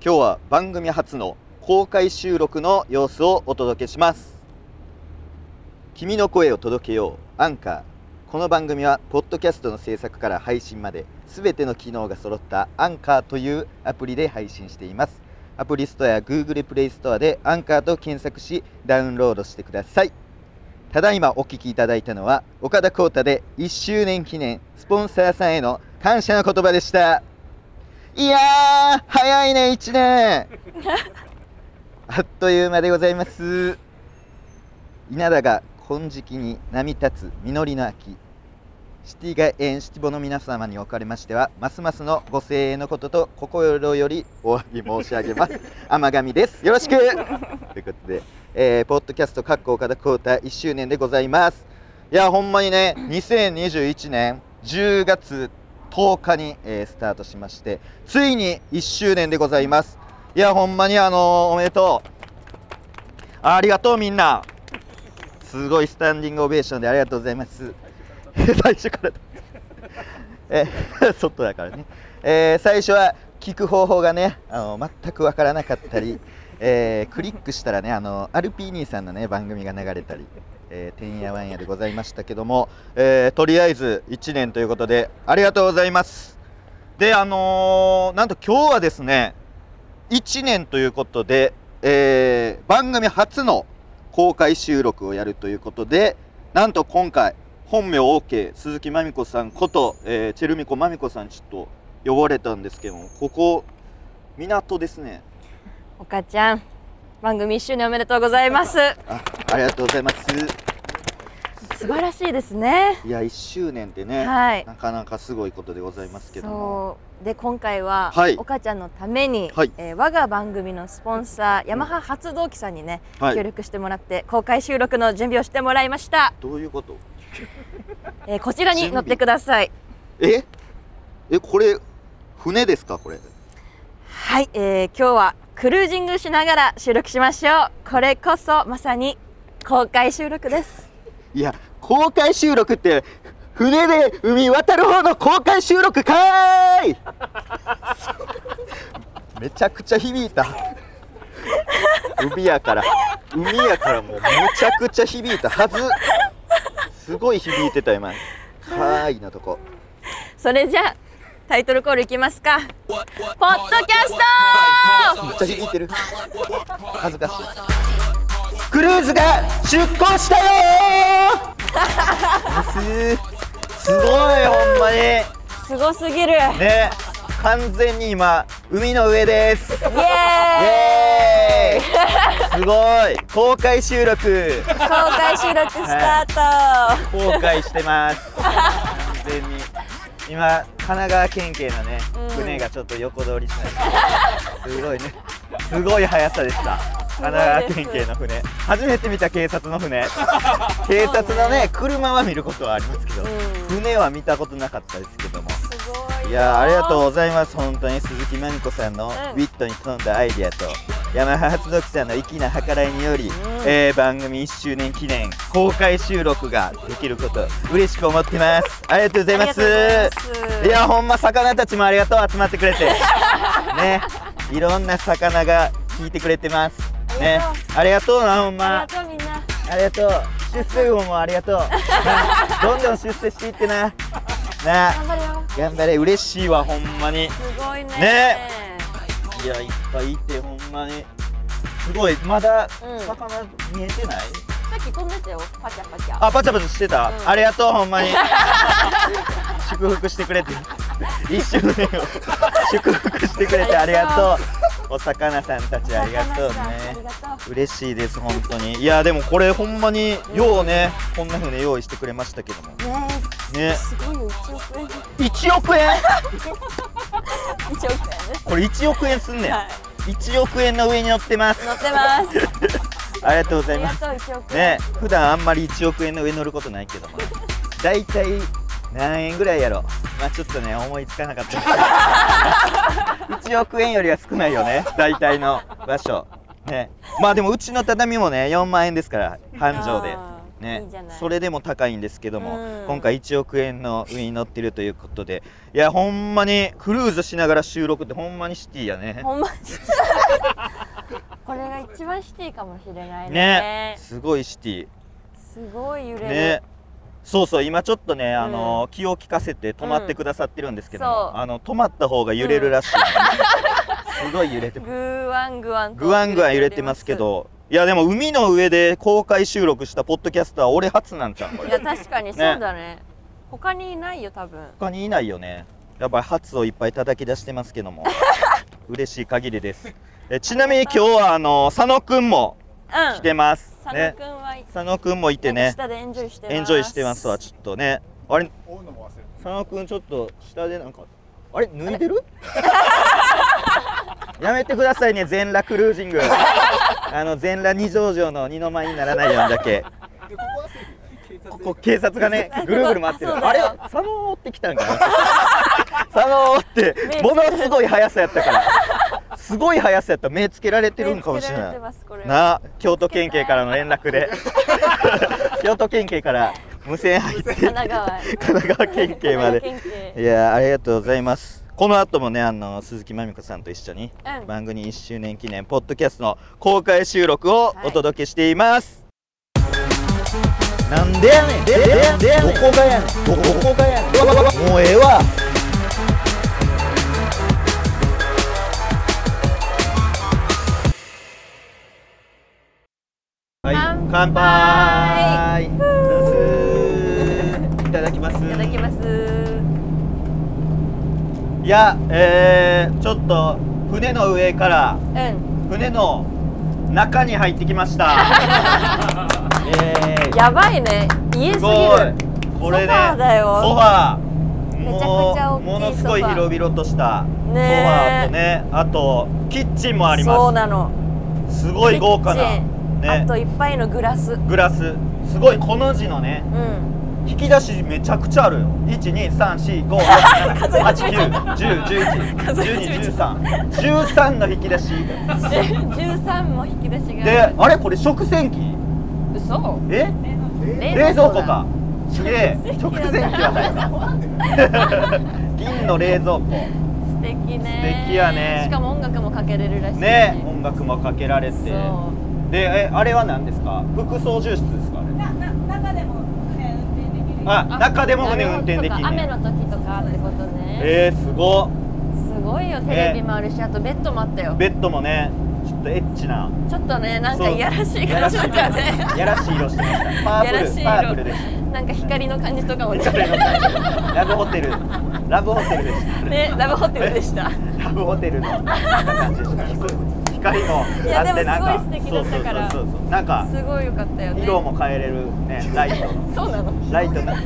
今日は番組初の公開収録の様子をお届けします。君の声を届けようアンカー。この番組はポッドキャストの制作から配信まで全ての機能が揃ったアンカーというアプリで配信しています。アプリストアや Google プレイストアでアンカーと検索しダウンロードしてください。ただいまお聞きいただいたのは岡田浩太で1周年記念スポンサーさんへの感謝の言葉でした。いやー早いね1年あっという間でございます。稲田が金色に波立つ実りの秋、シティガエンシティボの皆様におかれましてはますますのご声援のことと心よりお詫び申し上げます天神です。よろしくということで、ポッドキャスト岡田浩太1周年でございます。いやほんまにね2021年10月10日に、スタートしましてついに1周年でございます。いやほんまにおめでとう、ありがとうみんな、すごいスタンディングオベーションでありがとうございます最初から外だからね、最初は聞く方法がね全くわからなかったり、クリックしたらねアルピー兄さんのね番組が流れたり、てんやわんやでございましたけども、とりあえず1年ということでありがとうございます。でなんと今日はですね1年ということで、番組初の公開収録をやるということで、なんと今回本名 OK 鈴木まみこさんこと、チェルミコまみこさんちょっと呼ばれたんですけども、ここ港ですね。 おかちゃん番組1周年おめでとうございます。 ありがとうございます。 素晴らしいですね。 いや1周年ってね、 はい、 なかなかすごいことでございますけども、 そうで今回は、 はい、 おかちゃんのために、 はい我が番組のスポンサーヤマハ発動機さんにね、 はい、 協力してもらって公開収録の準備をしてもらいました。 どういうこと？ こちらに乗ってください。 これ船ですかこれ？ はい、今日はクルージングしながら収録しましょう。これこそまさに公開収録です。 いや公開収録って船で海渡る方の公開収録かーいめちゃくちゃ響いた海やからもうめちゃくちゃ響いたはず、すごい響いてた今かーいなとこ。 それじゃあタイトルコールいきますか。ポッドキャストめっちゃ響いてる、恥ずかしい。クルーズが出港したよすごいほんまにすごすぎるね、完全に今海の上です。イエーイすごい公開収録スタート、 公開してます完全に今神奈川県警のね、船がちょっと横通りしないすごいね、すごい速さでした。神奈川県警の船、初めて見た警察の船警察のね車は見ることはありますけど、船は見たことなかったですけども、いやありがとうございます。本当に鈴木まみこさんのウィットに富んだアイディアと、ヤマハ発動機さんの粋な計らいにより、番組1周年記念公開収録ができること嬉しく思ってます。ありがとうございます。いやほんま魚たちもありがとう、集まってくれてね、いろんな魚が聞いてくれてますね、ありがとうなほんま、 ありがとうみんな、 ありがとう。出世魚もありがとうどんどん出世していってな頑張れよ、 頑張れ、嬉しいわほんまに。 すごいねいやいっぱいいてほんまにすごい。まだ魚見えてない？ さっき飛んでたよ、パチャパチャ。 あ、パチャパチャしてた、ありがとうほんまに祝福してくれて1周年を祝福してくれてありがとう。お魚さんたちありがとうね、嬉しいです本当に。いやでもこれほんまにようね、こんな風に用意してくれましたけどもね、 すごいよ、1億円 1億円 1億円です。 これ1億円すんねん、1億円の上に乗ってます乗ってますありがとうございます。 ありがとう、1億円ね、普段あんまり1億円の上乗ることないけども、だいたい何円ぐらいやろ、まあちょっとね思いつかなかったです1億円よりは少ないよね、大体の場所ね。まあでもうちの畳もね4万円ですから、繁盛でねいいじゃないそれでも高いんですけども、 うん今回1億円の上に乗ってるということで、いやほんまにクルーズしながら収録ってほんまにシティやね。 ほんまにこれが一番シティかもしれないね。 ねすごいシティすごい揺れる。 ね。そうそう今ちょっとね気を利かせて止まってくださってるんですけども、 そう止まった方が揺れるらしい、すごい揺れてます。 ぐわんぐわんとぐわんぐわん揺れてますけど、いやでも海の上で公開収録したポッドキャスターは俺初なんちゃうこれ。 いや確かにそうだね。他にいないよ多分。 他にいないよね。やっぱり初をいっぱい叩き出してますけども嬉しい限りです。ちなみに今日は佐野くんも来てます、 佐ね野くんは佐野くんもいてね下でエンジョイしてます。 エンジョイしてますわ。ちょっとねあれ佐野くんちょっと下でなんかあれ脱いでるやめてくださいね全裸クルージング全裸二条城の二の舞にならないようにだけここ警察がねぐるぐる回ってる。あれ佐野追ってきたんかな佐野追ってものすごい速さやったからすごい速さやったら目つけられてるんかもしれないな。京都県警からの連絡で京都県警から無線入って神奈川県警までいやありがとうございます。この後もね鈴木まみこさんと一緒に番組1周年記念ポッドキャストの公開収録をお届けしています、なんでやねんどこがやねんどこがやねんもうええわ。はい乾杯いただきます。 いただきます。 いやちょっと船の上から船の中に入ってきましたやばいね家すぎる。 これねソファーだよ。 ソファーめちゃくちゃ大きいものすごいソファー広々としたソフねァーとねあとキッチンもあります。 そうなの。 すごい豪華なキッチンねあといっぱいのグラス。 グラスすごいこの字のね引き出しめちゃくちゃあるよ。1234567891011121313の引き出し 13も引き出しがであれこれ食洗機嘘冷蔵庫かすげえ食洗機はない銀の冷蔵庫素敵ね。 素敵やね。 しかも音楽もかけれるらしいね音楽もかけられてそうであれは何ですか副操縦室ですかあれ中でも船運転できる。 中でも船運転できる雨の時とかってことね。 すごっすごいよ。テレビもあるしあとベッドもあったよ。 ベッドもねちょっとエッチなちょっとねなんかいやらしい感じだったよね。 やらしい色してましたパープルやらしい色パープルでしなんか光の感じとかもね。 たラブホテルでしたねラブホテルでした。 ラブホテルの感じでした光のいやでもすなんかごい素敵だったからそうなんかすごい良かったよね。 色も変えれるねライトそうなの。 ライトな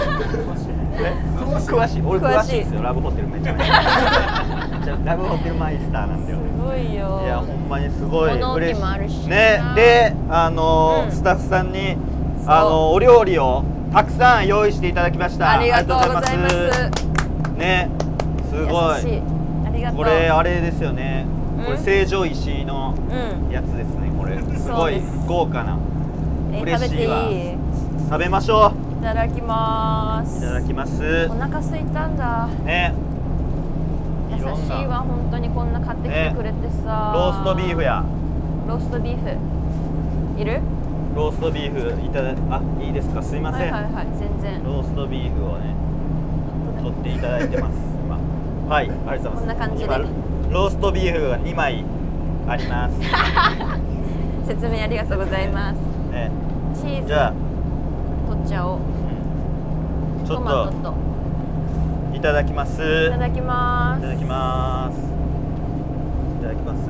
詳しい俺詳しいですよラブホテルめちゃめちゃラブホテルマイスターなんだよすごいよ。 いやほんまにすごい物置嬉しもあるしいね。でスタッフさんにお料理をたくさん用意していただきました。 ありがとうございます。 ねすごい優しい。ありがとう。 これあれですよねこれ成城石井のうんやつですねこれすごい豪華な嬉食べしいわていい？ 食べましょいただきます。 ういただきますお腹空いたんだ。 ね優しいわ本当にこんな買ってきてくれてさ。 ローストビーフやローストビーフいる？ ローストビーフいただいいですかすいません、 はいはいはい全然。 ローストビーフをね取っていただいてます今はいありがとうございます。 こんな感じで今ローストビーフが2枚あります説明ありがとうございます。 ねチーズじゃあ、 取っちゃおう。 ちょトマっトとといただきますいただきます。 いただきますいただきます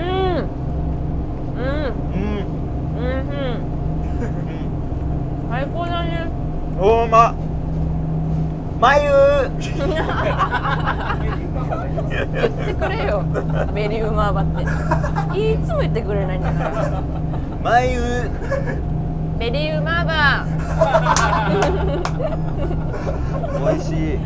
最高だね。 おーままゆ言ってくれよベリーウマーバっていつも言ってくれないんだからまゆベリーウマーバ美味しい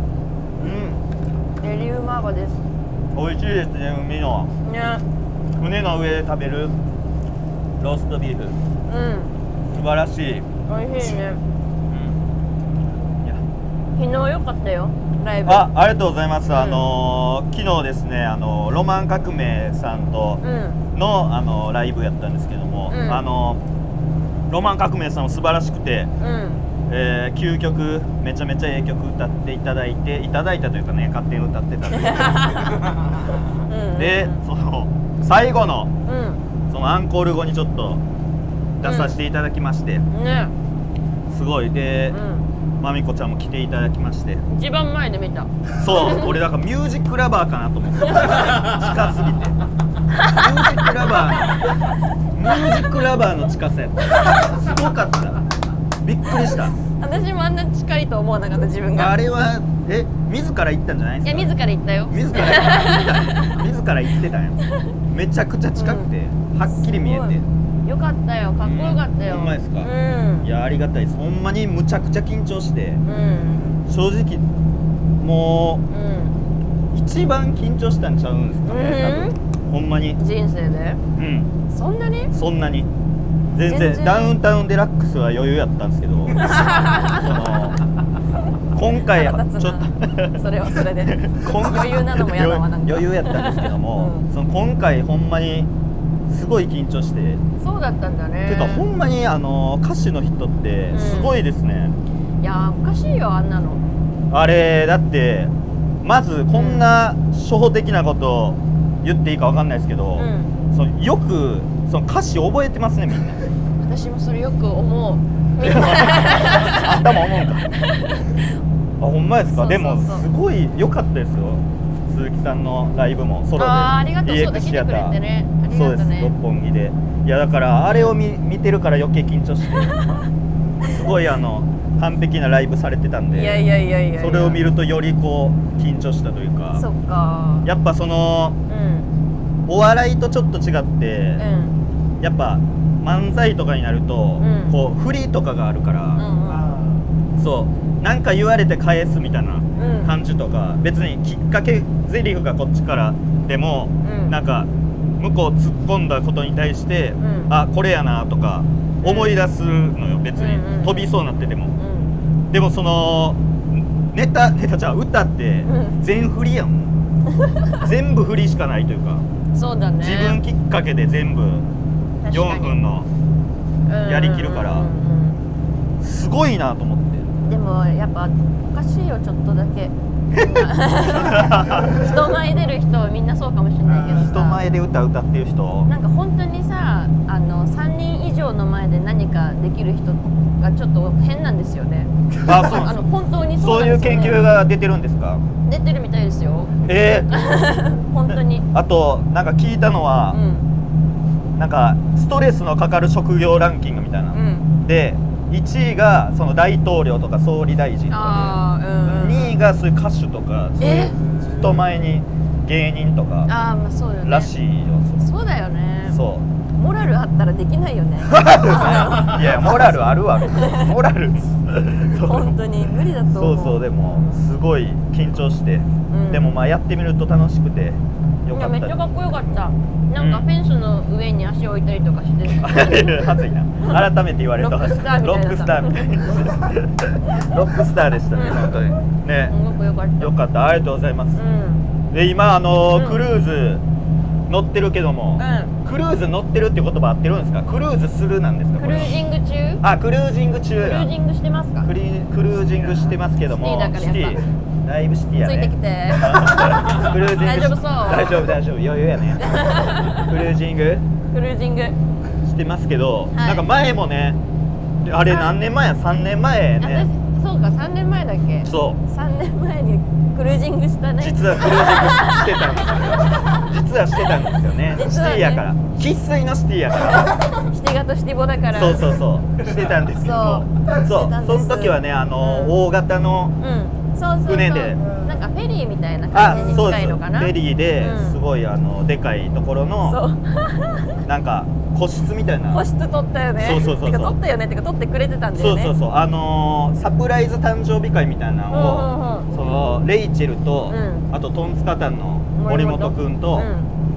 ベリーウマーバです美味しいですね海のね。 船の上で食べるローストビーフ素晴らしい美味しいね。 いや昨日良かったよ、ライブ。 ありがとうございます。昨日ですね、ロマン革命さんとの、ライブやったんですけども、ロマン革命さんも素晴らしくて、9曲めちゃめちゃええ曲歌っていただいたというかね、勝手に歌ってたんでで、その最後の、そのアンコール後にちょっと出させていただきまして、 ね、 すごいで、まみこちゃんも来ていただきまして、 一番前で見た。 そう俺だからミュージックラバーかなと思って近すぎてミュージックラバーの近さやったすごかった、びっくりした。 私もあんな近いと思わなかった、自分が。 あれは自ら行ったんじゃないですか。 いや、自ら行ったよ。 自ら行ってたんや。めちゃくちゃ近くて、はっきり見えてよかったよ、かっこよかったよ。 ほんまですか。いやありがたいです。ほんまにむちゃくちゃ緊張して、正直もう、一番緊張したんちゃうんですかね、多分ほんまに人生で。そんなにそんなに全然ダウンタウンデラックスは余裕やったんですけどその今回ちょっとそれはそれで余裕なのも嫌だわ。なんか余裕やったんですけども、その今回ほんまにすごい緊張して。 そうだったんだね。 てかほんまに歌手の人ってすごいですね。 いやおかしいよ、あんなの。 あれだってまずこんな初歩的なことを言っていいかわかんないですけど、そのよくその歌詞覚えてますね、みんな。 私もそれよく思う。 頭思うんかあ、ほんまですか。でもすごい良かったですよ、鈴木さんのライブもソロで。 ありがとう。そうだ、来てくれてね。ありがとうね。 そうです、六本木で。いやだからあれを見てるから余計緊張してすごい完璧なライブされてたんで、 いやそれを見るとよりこう緊張したというか。 そっか。 やっぱその、お笑いとちょっと違って、やっぱ漫才とかになると、こう振りとかがあるから、そうなんか言われて返すみたいな感じとか、別にきっかけ台詞がこっちからでも、なんか向こう突っ込んだことに対して、あこれやなとか思い出すのよ、別に飛びそうになってても。でもそのネタじゃ歌って全振りやもん全部振りしかないというか。 そうだね。 自分きっかけで全部4分のやりきるからすごいなと思って。 でもやっぱおかしいよ、ちょっとだけ人前出る人はみんなそうかもしれないけどさ、 人前で歌ってる人なんか本当にさ、3人以上の前で何かできる人がちょっと変なんですよね。 あ、そうなんですか。 本当にそうなんですよね。 そういう研究が出てるんですか。 出てるみたいですよ。本当に。 あとなんか聞いたのは、なんかストレスのかかる職業ランキングみたいな、で1位がその大統領とか総理大臣とかで、2位がそういう歌手とか、人前に芸人とかそうよねらしいよ。 そうだよね。 そうモラルあったらできないよね。 いやモラルあるわモラル本当に無理だと思う。 そうでもすごい緊張して、でもまあやってみると楽しくてよかった。 めっちゃかっこよかった。なんかフェンスの上に足を置いたりとかしてはずいな、改めて言われるとロックスターみたいなロックスターでしたね、本当にね。よかった、ありがとうございます。で今クルーズ乗ってるけども、クルーズ乗ってるって言葉合ってるんですか。クルーズするなんですか。 クルージング中。 あ、クルージング中。クルージングしてますか。 クルージングしてますけども、 シティだいぶシティやね。 ついてきてクルージング大丈夫そう。 大丈夫余裕やねクルージングしてますけど、なんか前もね、あれ何年前や、3年前ね。 そうか、3年前だっけ。 そう 3年前にクルージングしたね。 実はクルージングしてたんですよ。実はしてたんですよね。シティやから生粋のシティやからシティ型シティボだから。 そうしてたんですけど、その時はね、大型の船で、 なんかフェリーみたいな感じに近いのかな。 フェリーですごいでかいところのなんか個室みたいな。 個室取ったよね。 そうてか取ったよねってか取ってくれてたんだよね。 そうサプライズ誕生日会みたいなのを、そのレイチェルと、あとトンツカタンの森本くんと、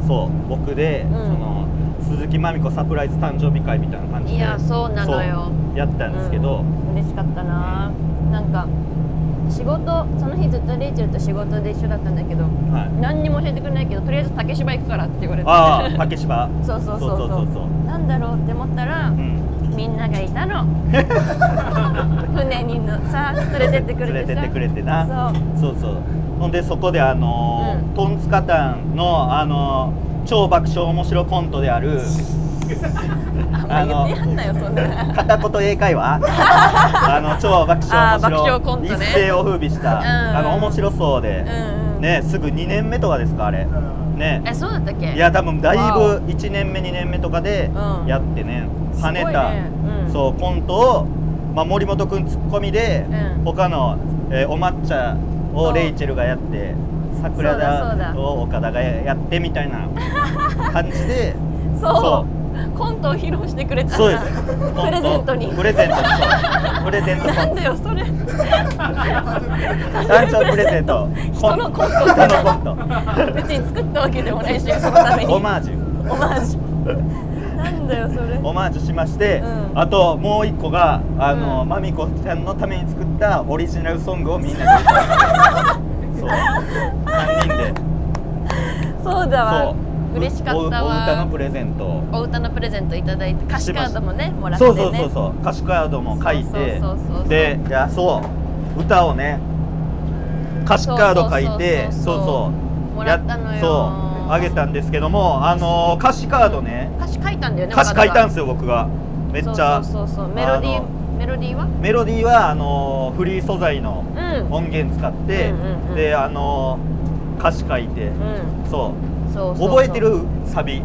そう僕で、 うんその鈴木まみこサプライズ誕生日会みたいな感じでいやそうなのよそうやったんですけど、 嬉しかったな。なんか仕事その日ずっとレイチェルと仕事で一緒だったんだけど、 はい、 何にも教えてくれないけどとりあえず竹芝行くからって言われて、 ああ竹芝そうそうそうそうそうなんだろうって思ったら、 うん、 みんながいたの船にのさ連れてってくれてさ連れてってくれてな、 そうそうそうほんでそこでうんトンツカタンの超爆笑面白コントであるあんま言ってやんなよそんな片言英会話超爆笑面白爆笑コントね一世を風靡した、面白そうで、 うんねすぐ2年目とかですかあれ、ねそうだったっけ。 いや多分だいぶわお 1年目2年目とかでうんやってね、跳ねた、 すごいねうんそうコントを、森本くんツッコミで、 うん他の、お抹茶をレイチェルがやって桜そうだ田を岡田がやってみたいな感じでそうコントを披露してくれたんだ。 そうですプレゼントにプレゼントにそうプレゼントなんだよそれ誕生日プレゼント人のコント人のコント別に作ったわけでもないしそのためにオマージュオマージュなんだよそれオマージュしまして、 うんあともう一個がうんまみこちゃんのために作ったオリジナルソングをみんなで歌うそう3人でそうだわそう嬉しかったわ。 お歌のプレゼントをお歌のプレゼントいただいて歌詞カードもねもらってね。 そうそうそうそう歌詞カードも書いてそうでいやそう歌をね歌詞カード書いてそうもらったのよ。 そうあげたんですけども歌詞カードね歌詞書いたんだよね。 歌詞書いたんすですよ僕がめっちゃそうメロディーはメロディーはフリー素材のうん音源使って、 うんうんうんで歌詞書いて、 うんそうそう覚えてるサビ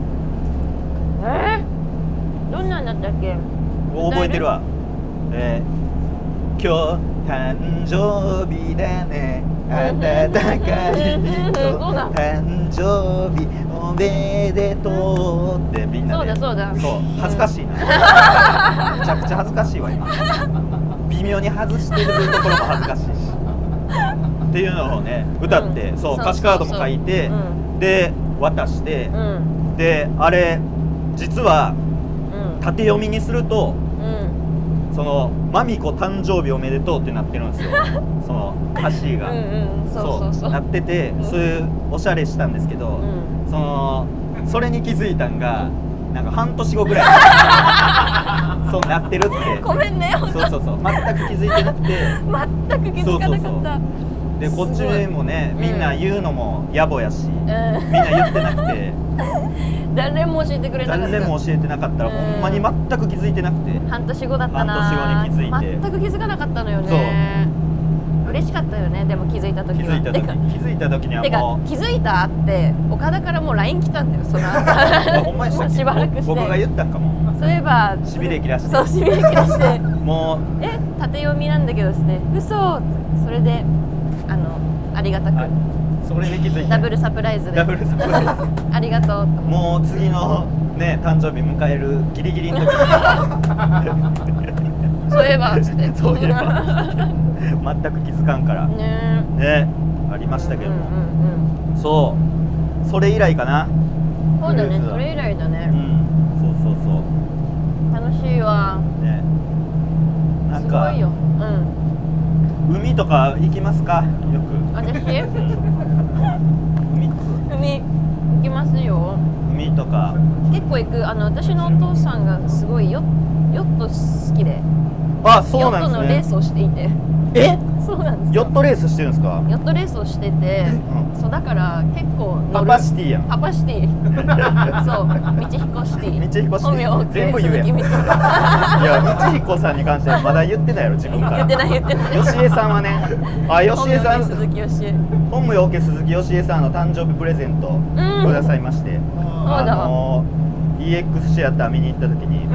どんなんだったっけ。 覚えてるわ今日誕生日だね温かい人そうだ誕生日おめでとうってみんなでそうだそう恥ずかしいなめちゃくちゃ恥ずかしいわ今微妙に外してるところも恥ずかしいしっていうのをね歌って、そう歌詞カードも書いて、で渡して、であれ実は縦読みにするとそのまみこ誕生日おめでとうってなってるんですよその歌詞がそうなってて、そういうおしゃれしたんですけど、それに気づいたんがなんか半年後ぐらいそうなってるってごめんねそう全く気づいてなくて全く気づかなかったでこっちもねみんな言うのも野暮やし、みんな言ってなくて誰も教えてくれなかった。 誰も教えてなかったら、ほんまに全く気づいてなくて半年後だったな。 半年後に気づいて全く気づかなかったのよね。嬉しかったよね。でも気づいた時は。 気づいた時にはもう気づいたって岡田からもう LINE 来たんだよそのほんまにしたっけしばらくして僕が言ったんかもそういえばしびれ切らしてそうしびれ切らしてもう縦読みなんだけどして嘘それでありがたくそれで気づいてダブルサプライズでダブルサプライズありがとうともう次のね誕生日迎えるギリギリの時にそういえばつってそういえば全く気づかんからねありましたけども、そうそれ以来かな。 そうだねそれ以来だね、 そう楽しいわね。なんかすごいよ海とか行きますかよく。 私海行きますよ。 海とか結構行く私のお父さんがすごいヨット好きでそうなんですね。 ヨットのレースをしていてそうなんですよ。 ヨットレースしてるんですか。 ヨットレースをしてて、そうだから結構乗るパパシティやん。 パパシティそう道彦シティ道彦シティ本名全部言えやん。いや道彦さんに関してはまだ言ってないやろ自分から。 言ってない吉江さんはね吉江さん鈴木吉江本名鈴木吉江さんの誕生日プレゼントくださいまして、EX シアター見に行った時に、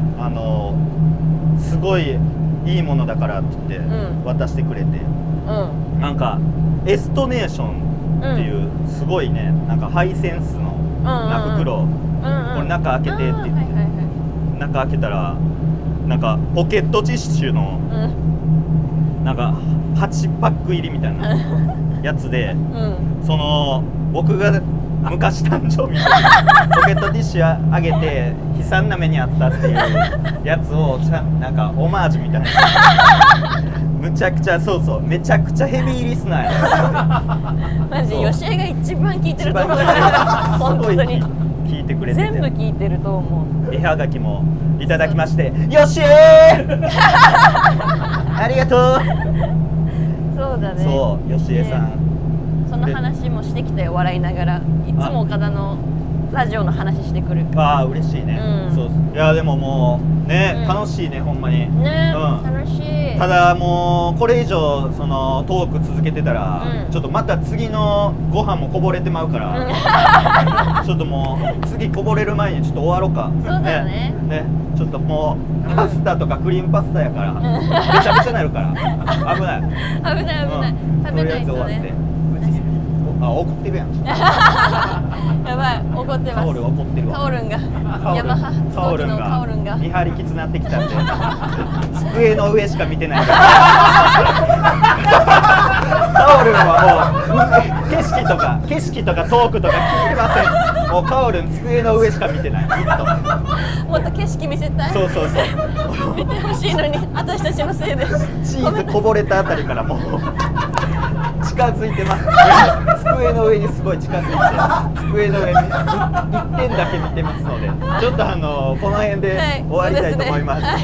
すごいいいものだからって言って渡してくれて、なんかエストネーションっていうすごいねなんかハイセンスの袋、これ中開けてって言って、中開けたらなんかポケットティッシュのなんか8パック入りみたいなやつで、その僕が昔誕生日にポケットティッシュあげて悲惨な目にあったっていうやつをなんかオマージュみたいなむちゃくちゃそうめちゃくちゃヘビーリスナーやマジヨシエが一番聞いてると思う。 す本当に聞いてくれてて全部聞いてると思う。 絵はがきもいただきましてよしーありがとう。 そうだね。 そうよしえさん、 その話もしてきたよ、笑いながら。いつも岡田のラジオの話してくる。 ああ嬉しいね、 うん、 そういやでももうね、 うん、 楽しいねほんまにね、 うん、 楽しい。 ただもうこれ以上そのトーク続けてたら、 うん、 ちょっとまた次のご飯もこぼれてまうから、うん、ちょっともう次こぼれる前にちょっと終わろうか。 そうだよね。 ねちょっともうパスタとかクリームパスタやから、べちゃべちゃなるから危ない危ない、うん、食べないとね。 あ、怒ってるやんやばい、怒ってます。 カオル怒ってるわ。 カオルンがヤマハカオルンがカオルンが見張りきつなってきたんで机の上しか見てないからカオルンはもう景色とかトークとか聞いてません。もうカオルン机の上しか見てないずっと。 もっと景色見せたい。 そう見てほしいのに私たちのせいでチーズこぼれたあたりからもう近づいてます机の上にすごい近づいて机の上に1点だけ見てますのでちょっとこの辺で終わりたいと思います、はい、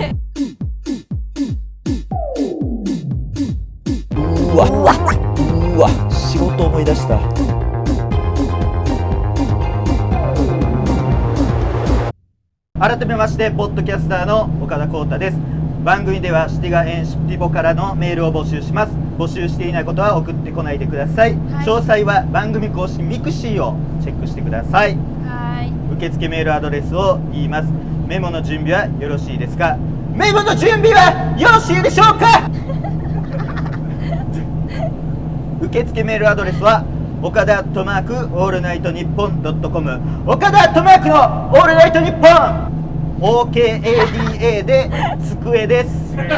うわ仕事思い出した。改めましてポッドキャスターの岡田浩太です。番組ではシティガエンシピボからのメールを募集します。募集していないことは送ってこないでください、はい、詳細は番組公式ミクシーをチェックしてください。 はい、 受付メールアドレスを言います。メモの準備はよろしいですか？メモの準備はよろしいでしょうか？受付メールアドレスは岡田@オールナイトニッポン.com 岡田@のオールナイトニッポン OKADA で机です反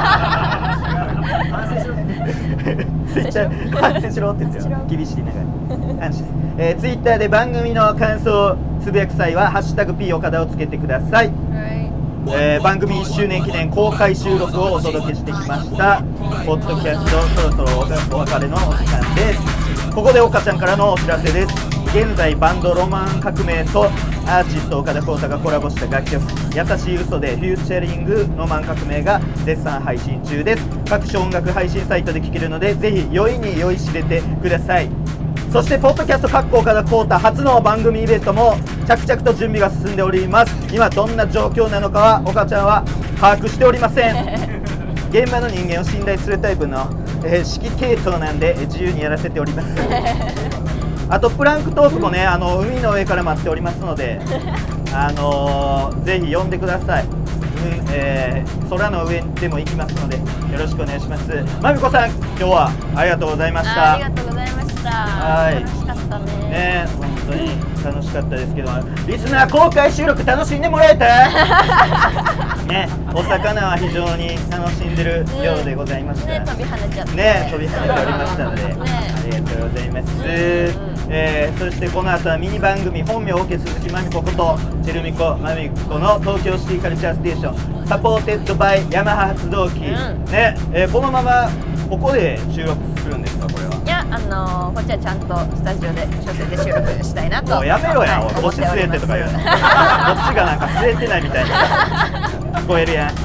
省しろって言ってよ厳しいながら安心、ツイッターで番組の感想をつぶやく際はハッシュタグ P 岡田をつけてください、番組1周年記念公開収録をお届けしてきましたポッドキャストそろそろお別れのお時間です。ここで岡ちゃんからのお知らせです。現在バンドロマン革命とアーティスト岡田浩太がコラボした楽曲優しい嘘でフューチャリングロマン革命が絶賛配信中です。各種音楽配信サイトで聴けるのでぜひ酔いに酔いしれてください。そしてポッドキャスト岡田浩太初の番組イベントも着々と準備が進んでおります。今どんな状況なのかは岡ちゃんは把握しておりません現場の人間を信頼するタイプの、指揮系統なんで自由にやらせておりますあとプランクトークもね海の上から待っておりますのでぜひ呼んでください、空の上でも行きますのでよろしくお願いします。まみこさん今日はありがとうございました。 ありがとうございました。 はい、 楽しかったね。 ね本当に楽しかったですけどリスナー公開収録楽しんでもらえたね、お魚は非常に楽しんでるようでございました、 飛び跳ねちゃって飛び跳ねておりましたので、ありがとうございます、そしてこの後はミニ番組本名オケ鈴木まみこことチェルミコまみこの東京シティカルチャーステーションサポーテッドバイヤマハ発動機、このままここで収録するんですか？これは。いやこっちはちゃんとスタジオで所詮で収録したいなと。 もうやめろや、腰据えてとか言うのこっちがなんか据えてないみたいに聞こえるやん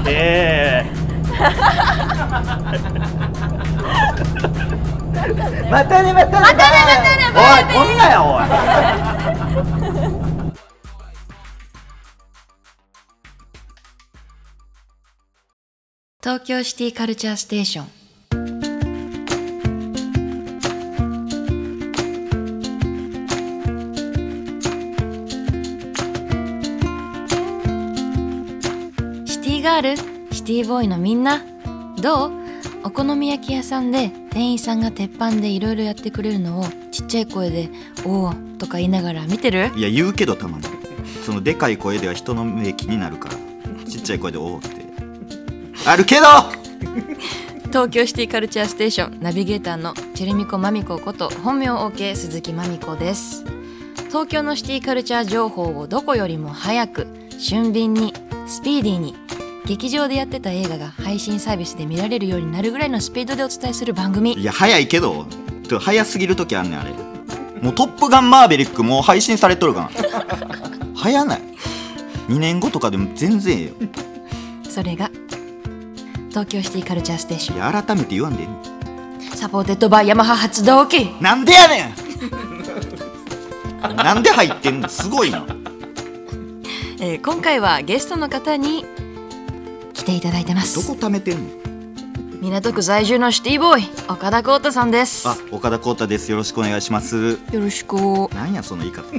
またねおいこんなやおい東京シティカルチャーステーション。シティガール、シティボーイのみんな、どう？お好み焼き屋さんで店員さんが鉄板でいろいろやってくれるのをちっちゃい声でおーとか言いながら見てる？ いや言うけどたまにそのでかい声では人の目気になるからちっちゃい声でおーってあるけど東京シティカルチャーステーションナビゲーターのチェルミコマミコこと本名 OK 鈴木まみこです。東京のシティカルチャー情報をどこよりも早く、俊敏に、スピーディーに、劇場でやってた映画が配信サービスで見られるようになるぐらいのスピードでお伝えする番組。 いや早いけど早すぎる時あんねんあれ。もうトップガンマーヴェリックもう配信されとるかな早ない2年後とかでも全然ええよ。 それが東京シティカルチャーステーション。 いや改めて言わんでええねん。 サポーテッドバイヤマハ発動機。 なんでやねんなんで入ってんのすごいな。 今回はゲストの方に来ていただいてます。 どこ貯めてんの。 港区在住のシティボーイ岡田光太さんです。 あ、岡田光太です。よろしくお願いします。 よろしく。 なんやその言い方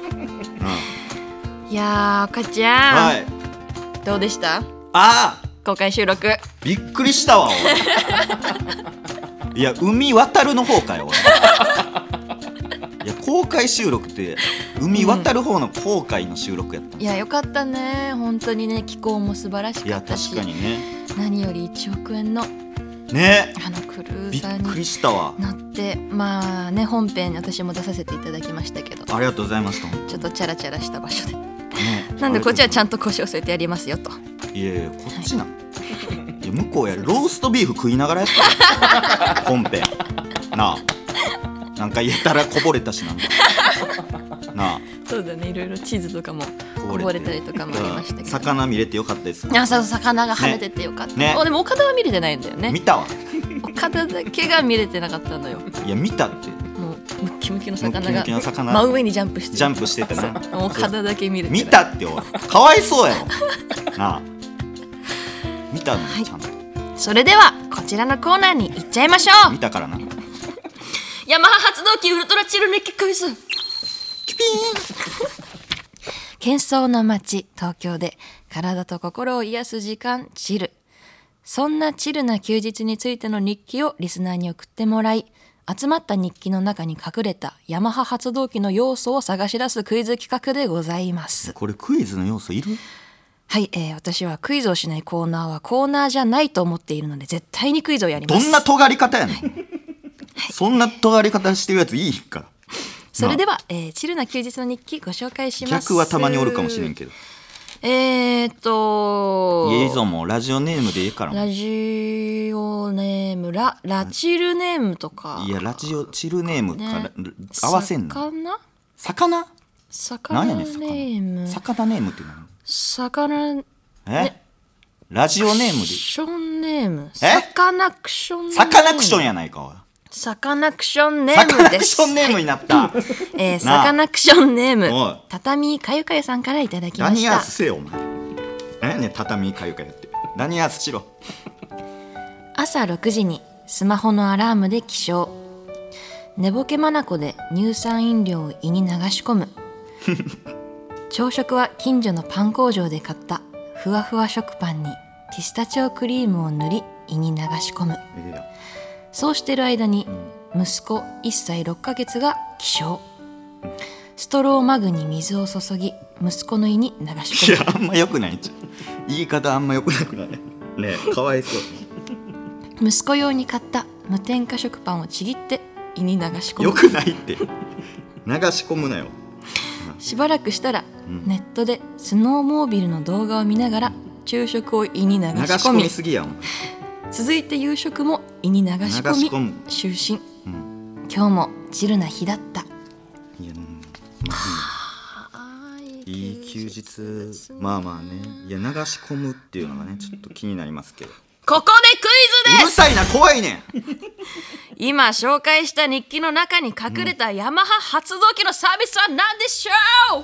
いやー岡ちゃん、 はい、 どうでした。 あ公開収録。 びっくりしたわいや海渡るの方かよいや公開収録って海渡る方の公開の収録やった、 いやよかったね。本当にね、気候も素晴らしかったし、 いや確かにね。 何より1億円のね、 クルびーザーっくりにしたわ。 乗ってまあね、本編私も出させていただきましたけど、 ありがとうございました。 ちょっとチャラチャラした場所で、 ね、 なんでこっちはちゃんと。 と腰を据えてやりますよと。 いやいやこっちな、いや向こうやローストビーフ食いながらやった本編なあ、なんか言えたらこぼれたしなんかなあ。 そうだね、いろいろチーズとかもこぼれたりとかもありましたけど、 魚見れてよかったです。 あ、そう、魚が跳ねててよかった、 ねでも岡田は見れてないんだよね。 見たわ。 岡田だけが見れてなかったのよ。 いや見たって。 もうムッキムキの魚ムッがキムキの魚真上にジャンプしてジャンプしててな。 岡田だけ見れてない。 見たっておいかわいそうやろなあ。見たのにちゃんと、 それではこちらのコーナーに行っちゃいましょう。 見たからな。 ヤマハ発動機ウルトラチル熱気クイズ。 キピ喧騒の街東京で体と心を癒す時間チル。そんなチルな休日についての日記をリスナーに送ってもらい、集まった日記の中に隠れたヤマハ発動機の要素を探し出すクイズ企画でございます。 これクイズの要素いる。 はい、私はクイズをしないコーナーはコーナーじゃないと思っているので、絶対にクイズをやります。 どんな尖り方やねん、そんな尖り方してるやついいから。 それでは、チルな休日の日記ご紹介します。 逆はたまにおるかもしれんけど、いいぞ、もうラジオネームでいいから。 ラジオネームラチルネームとか。 いやラジオチルネームから、 ね、 合わせんの。魚なんやねんネーム。 魚ネームって何。ラジオネームでションネーム。サカナクションネーム。 サカナクションやないかおい。 サカナクションネームです。 サカナクションネームになった、 サカナクションネームおい畳かゆかゆさんからいただきました。 何やすせよお前。何やねん畳かゆかゆって何やすしろ。 朝6時にスマホのアラームで起床。寝ぼけ眼で乳酸飲料を胃に流し込む朝食は近所のパン工場で買ったふわふわ食パンにピスタチオクリームを塗り胃に流し込む。そうしてる間に息子1歳6ヶ月が起床。ストローマグに水を注ぎ息子の胃に流し込む。 いやあんま良くない。言い方あんま良くなくないねえ、かわいそう。 息子用に買った無添加食パンをちぎって胃に流し込む。 良くないって流し込むなよ。 しばらくしたら、ネットでスノーモービルの動画を見ながら昼食を胃に流し込み、 流し込みすぎやん。 続いて夕食も胃に流し込み就寝、今日もチルな日だった。 いや、いい休日。まあまあね。いや流し込むっていうのがねちょっと気になりますけど。 ここでクイズです。 うるさいな、怖いねん今紹介した日記の中に隠れたヤマハ発動機のサービスは何でしょう。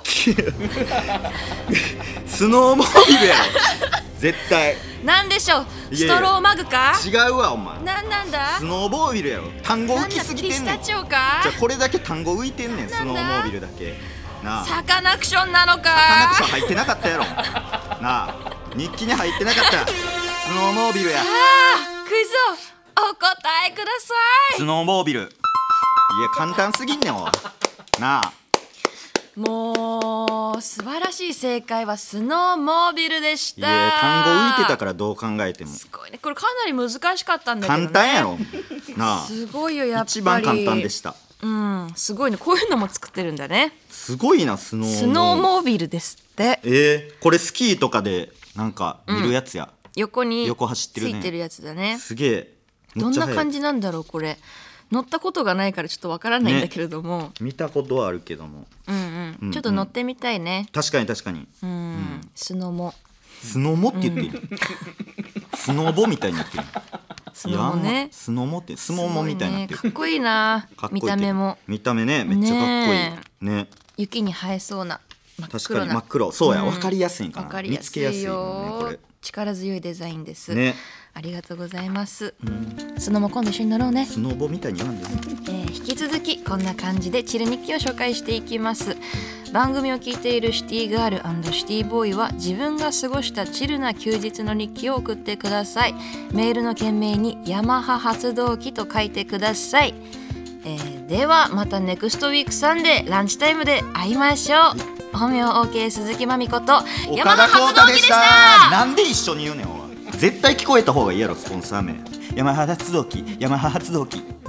スノーモービルやろ絶対。 何でしょう。 いやいやストローマグか。 違うわお前。 なんだスノーモービルやろ。単語浮きすぎてんねん。 ピスタチオか。 じゃあこれだけ単語浮いてんねん。スノーモービルだけなあ。 サカナクションなのか。 サカナクション入ってなかったやろなあ。日記に入ってなかった。スノーモービルや。 クイズをお答えください。 スノーモービル。いや簡単すぎんねんおいなあ。 もう素晴らしい正解はスノーモービルでしいた。 や単語浮いてたからどう考えてもすごいね。これかなり難しかったんだけどね。 簡単やろなあ。 すごいよやっぱり。 一番簡単でした。 すごいね。こういうのも作ってるんだね。 すごいなスノーモービルですって。 これスキーとかでなんか見るやつや、 横に横走ってるね。 ついてるやつだね。 すげえ。 どんな感じなんだろうこれ。乗ったことがないからちょっとわからないんだけれども、 見たことはあるけども、 ちょっと乗ってみたいね。 確かに確かに。 スノモって言っている、スノボみたいに言ってる。 スノモね。 スノモってスモモみたいになってる。 かっこいいな。見た目も見た目ねめっちゃかっこいいね。 雪に生えそうな真っ確か黒な。 に真っ黒。そうや、わかりやすいんかな。 わかり見やすいつけやすいよねこよれ。 力強いデザインですね。 ありがとうございます。スノモ今度一緒に乗ろうね。 スノボみたいに言わんでね。 引き続きこんな感じでチル日記を紹介していきます。番組を聞いているシティガール&シティボーイは自分が過ごしたチルな休日の日記を送ってください。メールの件名にヤマハ発動機と書いてください。ではまたネクストウィークサンデーランチタイムで会いましょう。本名 OK 鈴木まみことヤマハ発動機でした。 なんで一緒に言うねんおい。絶対聞こえた方がいいやろスポンサー名。ヤマハ発動機ヤマハ発動機。